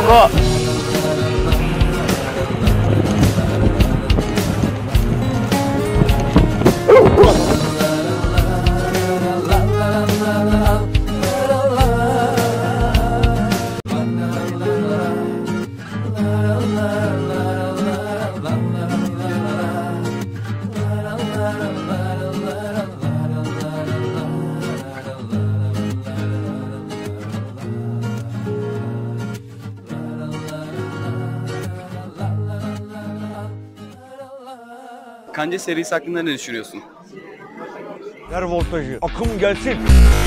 go. Kanca serisi hakkında ne düşünüyorsun? Ver voltajı. Akım gelsin.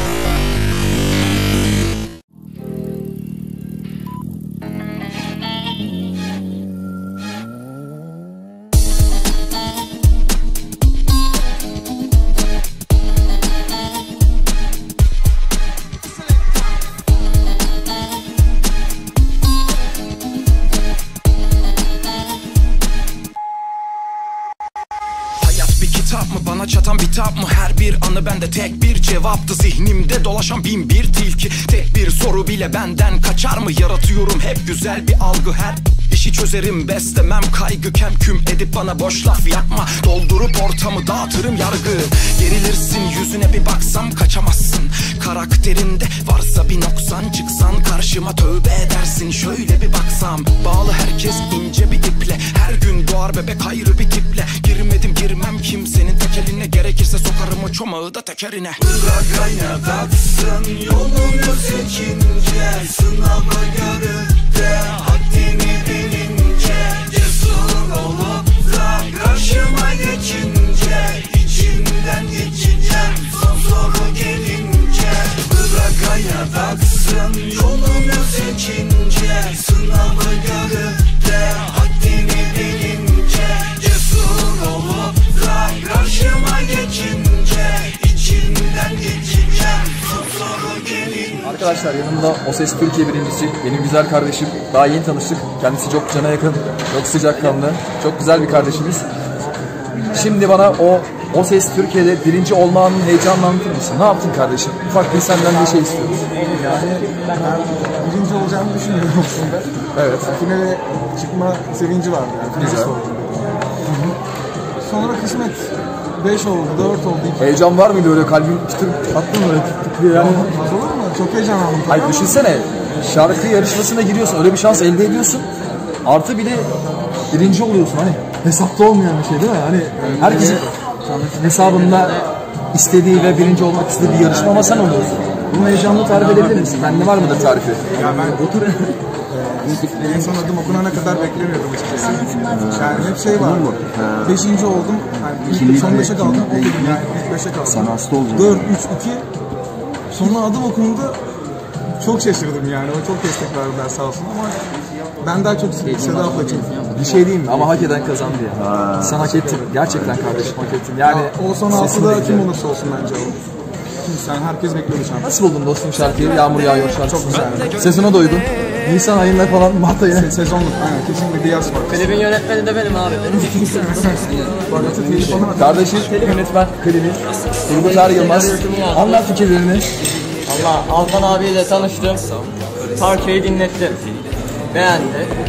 Kitap mı bana çatan bitap mı? Her bir anı bende tek bir cevaptı. Zihnimde dolaşan bin bir tilki. Tek bir soru bile benden kaçar mı? Yaratıyorum hep güzel bir algı. Her işi çözerim, beslemem kaygı. Kemküm edip bana boş laf yapma. Doldurup ortamı dağıtırım yargı. Gerilirsin, yüzüne bir baksam kaçamazsın. Karakterinde varsa bir noksan, çıksan karşıma tövbe edersin. Şöyle bir baksam, bağlı herkes ince bir iple. Her gün doğar bebek ayrı bir tiple. Girmedim girmem kimsenin tekeline. Gerekirse sokarım o çomağı da tekerine. Bırak aynaksın yolunu seçince. Sınavı görüp de haddini bilince. Cesur olup da karşıma geçince. İçimden geçeceğim son soru gelince. Bırak aynaksın yolunu seçince. Sınavı görüp de haddini bilince. Cesur olup da karşıma geçince. İçimden geçeceğim son soru gelince. Arkadaşlar yanımda O Ses Türkiye birincisi, benim güzel kardeşim. Daha yeni tanıştık. Kendisi çok cana yakın, çok sıcakkanlı, çok güzel bir kardeşimiz. Şimdi bana O Ses Türkiye'de birinci olmanın heyecanını anlatır mısın? Ne yaptın kardeşim? Ufak bir senden bir şey istiyoruz. Yani ben birinci olacağımı düşünüyorum aslında. Evet. Finale çıkma sevinci vardı yani. Güzel. Sonra kısmet 5 oldu, 4 oldu. Heyecan var mıydı öyle, kalbin çıtır attın mı? Yani... Az olur mu? Çok heyecanlandım. Hayır düşünsene, şarkı yarışmasına giriyorsun, öyle bir şans elde ediyorsun. Artı bir de birinci oluyorsun, hani hesapta olmayan bir şey değil mi? Hani herkesin hesabında istediği ve birinci olmak istediği bir yarışma ama sen oluyorsun. Bunun heyecanını tarif edebilir misin? Bende var mıdır tarifi? Ya ben otur. En son adım okunana kadar beklemiyordum açıkçası. Yani hep şey var. 5. oldum. Yani son 5'e kaldım. Yani ilk 5'e kaldım. Sana hasta olacağım. 4, 3, 2. Sonra adım okundu. Çok şaşırdım yani. O çok destek verdiler sağ olsun ama ben daha çok Seda ablacığım. Bir şey diyeyim mi? Ama hak eden kazandı ya. Sen hak ettin. Gerçekten kardeşim hak ettin. Yani o son altıda kim olursa olsun bence o. Sen herkes bekliyor şarkıyı. Nasıl buldun dostum şarkıyı? Yağmur yağıyor şarkı. Çok güzel. Sezona doydun. Nisan ayında falan, Mart ayında. Sezonluk aynen, kesinlikle bir yaz var. Klibin yönetmeni de benim abi. Kardeşim yönetmen klibi Turgut Yılmaz. Anlat fikirlerini. Allah, Altan abiyle tanıştım. Parçayı dinlettim. Beğendi.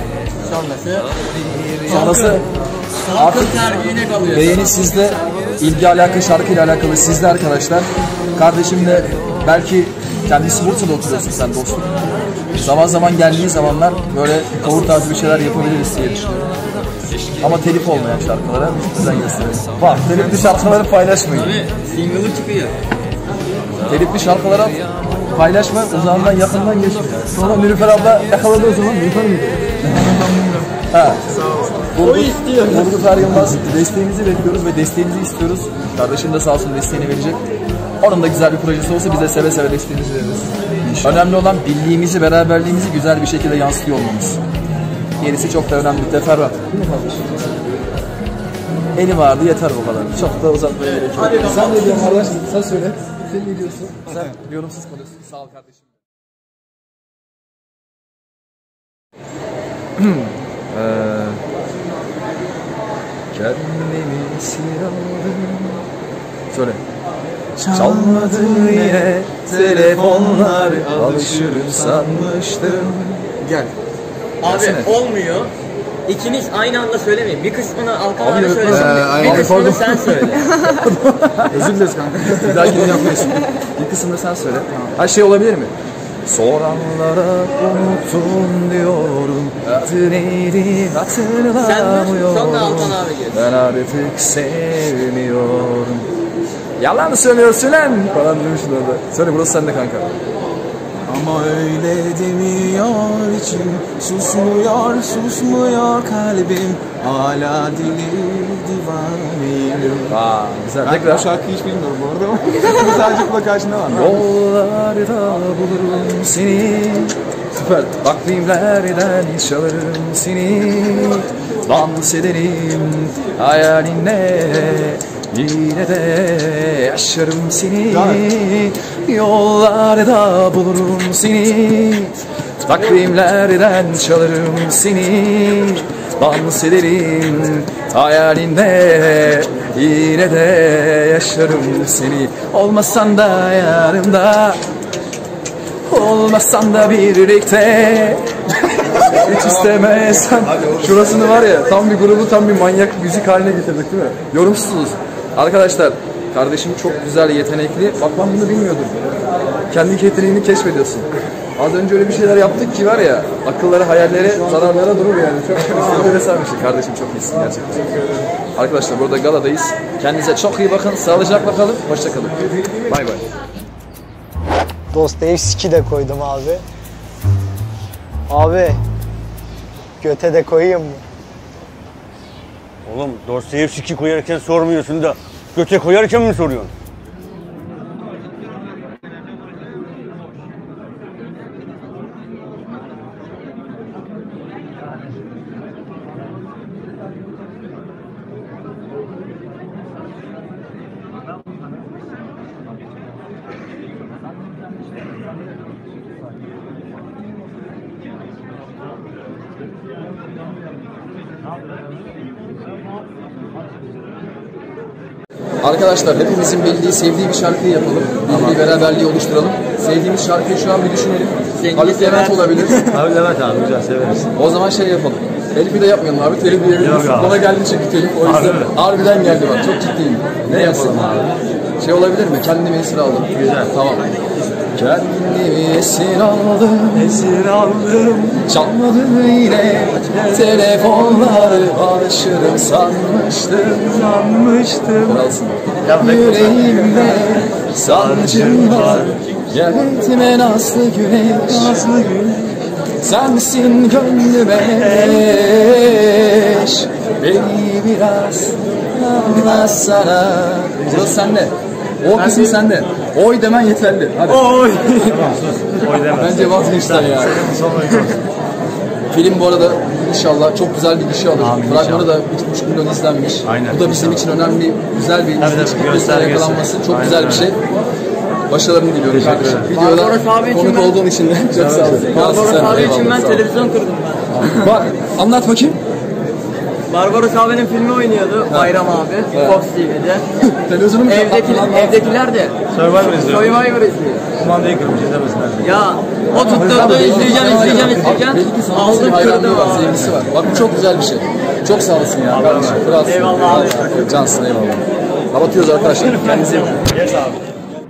Sonrası Artık tercihine kalıyor. beğeni sizde, ilgi alaka, şarkıyla alakalı sizde arkadaşlar. Kardeşim de belki kendisi Bursa'da oturuyorsun sen dostum. Zaman zaman geldiği zamanlar böyle cover tarzı bir şeyler yapabiliriz diye düşünüyorum. Ama telif olmayan şarkılara özen gösterelim. Bak, telifli şarkıları paylaşmayın. Abi single'ı çıkıyor. Telifli şarkılara paylaşma, uzağından yakından geç. Sonra Nilüfer abla yakaladı o zaman. Nilüfer miydi? Ha. O istiyor. Turgut Yılmaz, desteğinizi bekliyoruz ve desteğinizi istiyoruz. Kardeşim de sağ olsun desteğini verecek. Onun da güzel bir projesi olsa biz de seve seve desteğimizi veririz. Önemli olan birliğimizi, beraberliğimizi güzel bir şekilde yansıtıyor olmamız. Gerisi çok da önemli. Teferruat. Değil mi kardeşim? Elim ağrıdı, yeter bu kadar. Çok da uzatmaya gerek yok. Sen ne diyorsun kardeşim? Sen söyle. Sen ne diyorsun? Sen yorumsuz kalıyorsun. Sağ ol kardeşim. Kendimi silahım. Söyle. Çalmadı yine telefonlar, alışır sanmıştım. Gel. Versene. Abi olmuyor. İkiniz aynı anda söylemeyin. Bir kısmını Alkan Abi, abi söylesin. aynen. Bir kısmını Pardon. sen söyle. Özür dileriz kanka. Bir dahakini yapıyorsun. Bir kısmını sen söyle. Her şey olabilir mi? Soranlara unuttum diyorum. Adı neydi hatırlamıyorum. Sen sonra Alkan abi gir. Ben artık sevmiyorum. Yalan söylüyorsun lan falan demişsin orada. Söyle burası sende kanka. Ama öyle demiyor içim, susmuyor kalbim, hala divaneyim. Aa, güzel. Ben Tekrar. bu şarkıyı hiç bilmiyorum bu arada ama sadece kulak karşında var. Yollarda bulurum seni. Süper. Takvimlerden çalarım seni. Dans ederim hayalinle. Yine de yaşarım seni. Yollarda bulurum seni. Takvimlerden çalarım seni. Dans ederim hayalinde. Yine de yaşarım seni. Olmasan da yanımda, olmasan da birlikte. Hiç istemezsen. Şurasını var ya, tam bir grubu tam bir manyak müzik haline getirdik değil mi? Yorumsuzuz. Arkadaşlar, kardeşim çok güzel, yetenekli. Bak ben bunu bilmiyordum. Kendi yeteneğini keşfediyorsun. Az önce öyle bir şeyler yaptık ki var ya, akıllara, hayallere, zararlara durur yani. Çok enteresan bir şey. Kardeşim çok iyisin gerçekten. Arkadaşlar burada galadayız. Kendinize çok iyi bakın. Sağlıcakla kalın. Hoşça kalın. Bay bay. Dostoyevski de koydum abi. Abi, göte de koyayım mı? Oğlum Dostoyevski koyarken sormuyorsun da göte koyarken mi soruyorsun? Arkadaşlar hepimizin bildiği, sevdiği bir şarkıyı yapalım. Birliği, beraberliği oluşturalım. Sevdiğimiz şarkıyı şu an bir düşünelim. Halit Levent olabilir. Abi Levent abi güzel severiz. O zaman şey yapalım. Telif'i de yapmayalım abi. Telif diyebiliriz. Bana geldi çünkü telif. O yüzden harbiden geldi bak. Çok ciddiyim. Ne yapalım abi? Şey olabilir mi? Kendimi esir aldım. Güzel. Tamam. Kendimi esir aldım. Çalmadı yine telefonları, alışırım sanmıştım. Kralsın. Yüreğimde sancım var. Gel etme nazlı güneş. Sensin gönlüme eş. Beni biraz anlatsana. Burası sende. O kısım sende. Oy demen yeterli. Hadi. Oy. Bence vazgeçten ya. Film bu arada inşallah çok güzel bir gişe alır. Fragmanı da 3,5 milyon izlenmiş. Aynen, bu da bizim için önemli, güzel bir izleyicilikle yakalanması. Çok güzel bir şey. Başarılarını diliyorum kardeşim. Videoda konuk olduğun için de çok sağ olun. Barbaros abi için ben televizyon kurdum ben. Bak, anlat bakayım. Barbaros abinin filmi oynuyordu Bayram abi. Fox TV'de. Televizyonum Evdekiler de Survivor izliyor. Kumandayı kırmış izlemesinler. Ya o tutturdu izleyeceğim. Aldık kırdım abi. Sevgisi var. Bak bu çok güzel bir şey. Çok sağ olasın ya. Kralsın. Eyvallah abi. Cansın eyvallah. Kapatıyoruz arkadaşlar. Kendinize iyi bakın. Yes abi.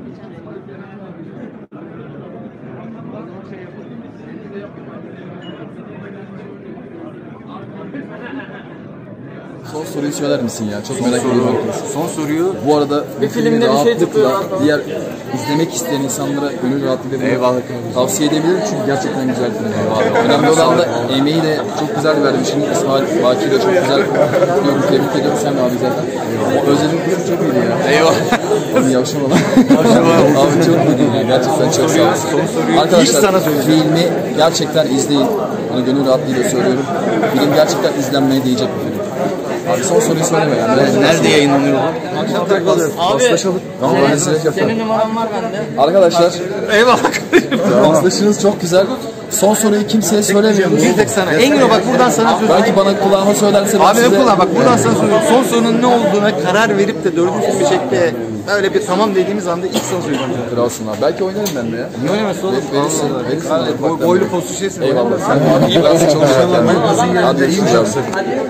Son soruyu söyler misin ya? Çok merak ediyorum. Son soruyu Bu arada bir filmi filmde bir şey rahatlıkla tutuyorlar falan. diğer izlemek isteyen insanlara gönül rahatlığıyla bunu tavsiye edebilirim çünkü gerçekten güzel film. Önemli olan da emeği de çok güzel vermişsin. İsmail Baki de çok güzel. Diyorum, tebrik ediyorum sen de abi zaten. O Özlem'in filmi çok iyiydi ya. Eyvallah. Abi yavşan olan. Abi çok iyiydi ya. Gerçekten çok sağ olasın. Arkadaşlar filmi gerçekten izleyin. Hani gönül rahatlığıyla söylüyorum. Film gerçekten izlenmeye değecek bir film. Abi son soruyu söyleme yani. Nerede yayınlanıyor? Abi senin numaran var bende. Arkadaşlar. Eyvallah. Paslaşınız çok güzel. Son soruyu kimseye söylemiyorum. Bir tek sana. Engin bak buradan sana söylüyorum. Belki bana kulağıma söylerse Abi size... kulağım bak buradan sana söylüyorum. Son sorunun ne olduğuna karar verip de 4. filmi çekmeye böyle bir tamam dediğimiz anda ilk sana söyleyeceğim. Kralsın abi. Belki oynarım ben de ya. Niye oynamazsın oğlum? Verirsin. Boylu postu şeysin. Eyvallah. Sen iyi ben de çalışıyorum. Hadi iyi mi yapsın?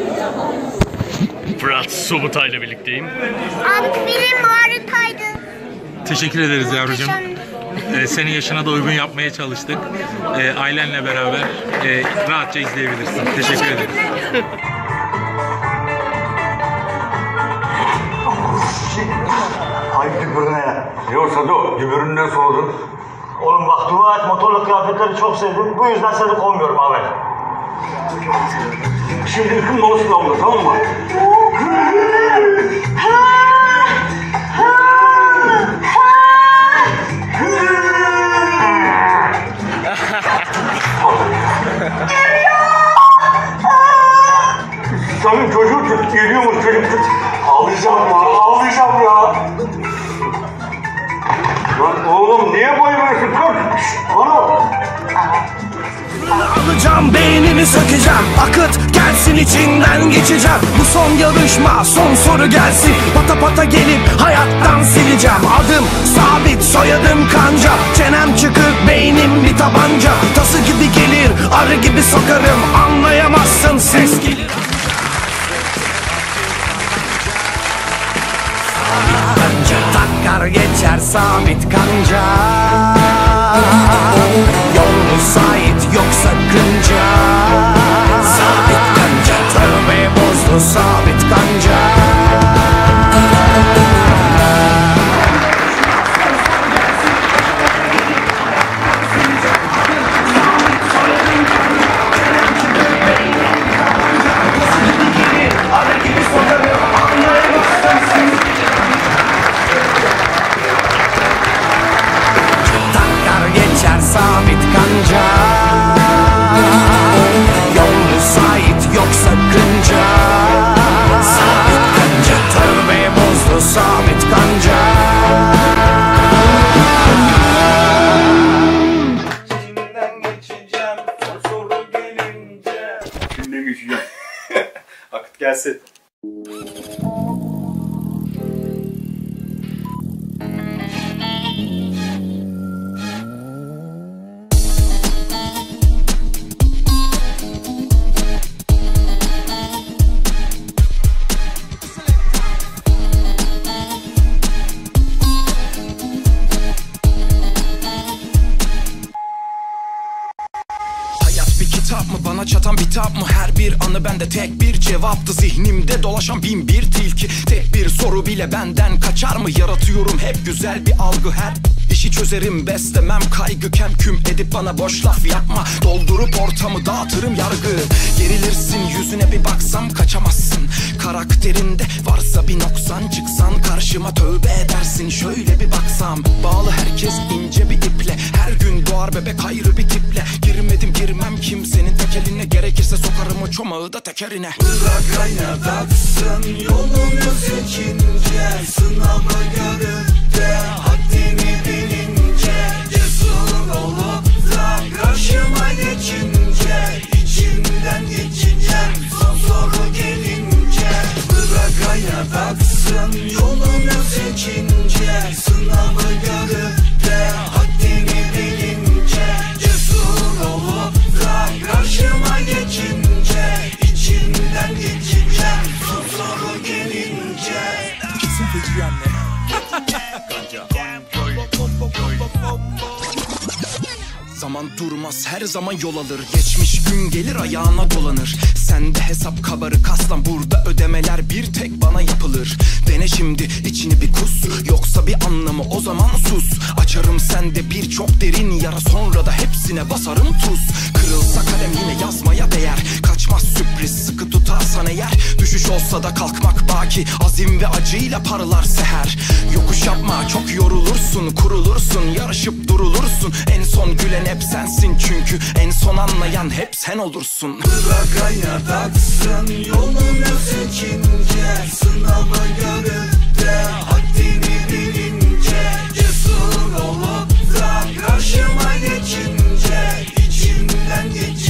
Fırat Sobutay'la birlikteyim. Abi benim harikaydı. Teşekkür ederiz yavrucuğum. Senin yaşına da uygun yapmaya çalıştık. Ailenle beraber rahatça izleyebilirsin. Teşekkür ederim. Ayıp gübürüne ya. Yoksa da gübüründen soğudun. Oğlum bak dua et, motorlu kıyafetleri çok sevdim. Bu yüzden seni kovmuyorum abi. Şimdi hüküm olsun abla, tamam mı? Senin çocuğu tut, geliyormuş çocuk tut. Ağlayacağım ya, ağlayacağım ya. Lan oğlum niye bayılıyorsun? Kalk, bana. Alacağım beynini sökeceğim, akıt gelsin içinden geçeceğim. Bu son yarışma, son soru gelsin. Pata pata gelip hayattan sileceğim. Adım sabit, soyadım kanca. Çenem çıkık, beynim bir tabanca. Tası gibi gelir, arı gibi sokarım. Anlayamazsın, ses gelir. Takar geçer sabit kanca. Yol müsait yok sakınca. Sabit kanca. Tövbe bozdu sabit kanca. Sabit kanca. Yol müsait yok sakınca. Sabit kanca. Tövbe bozdu sabit kanca. İçinden geçeceğim son soru gelince. İçinden geçeceğim. Akıt gelsin. Bana çatan bitap mı? Her bir anı bende tek bir cevaptı. Zihnimde dolaşan bin bir tilki. Tek bir soru bile benden kaçar mı? Yaratıyorum hep güzel bir algı. Her işi çözerim, beslemem kaygı. Kem küm edip bana boş laf yapma. Doldurup ortamı dağıtırım yargı. Gerilirsin, yüzüne bir baksam kaçamazsın. Karakterinde varsa bir noksan, çıksan karşıma tövbe edersin. Şöyle bir baksam, bağlı herkes ince bir iple. Her gün doğar bebek ayrı bir tiple. Girmedim girmem kimsenin tekeline. Gerekirse sokarım o çomağı da tekerine. Bırak hayataksın yolunu seçince. Sınava görüp de haddini bilince. Cesur olup da karşıma geçince. İçinden geçeceğim son soru gelince. Bırak hayataksın yolunu seçince. Sınavı görüp de haddini bilince. Cesur olup da karşıma geçince. İçinden geçeceğim son soru gelince. Gitsin Fecri anne. Zaman durmaz, her zaman yol alır. Geçmiş gün gelir ayağına dolanır. Sende hesap kabarık aslan, burada ödemeler bir tek bana yapılır. Dene şimdi içini bir kus, yoksa bir anlamı o zaman sus. Açarım sende birçok derin yara, sonra da hepsine basarım tuz. Kırılsa kalem yine yazmaya değer. Kaçmaz sürpriz sıkı tutarsan eğer. Düşüş olsa da kalkmak baki, azim ve acıyla parlar seher. Yokuş yapma, çok yorulursun, kurulursun, yarışıp durulursun. En son gülen hep sensin, çünkü en son anlayan hep sen olursun. Bırak hayataksın yolunu seçince. Sınava görüp de haddini bilince. Cesur olup da karşıma geçince. İçinden eğlendik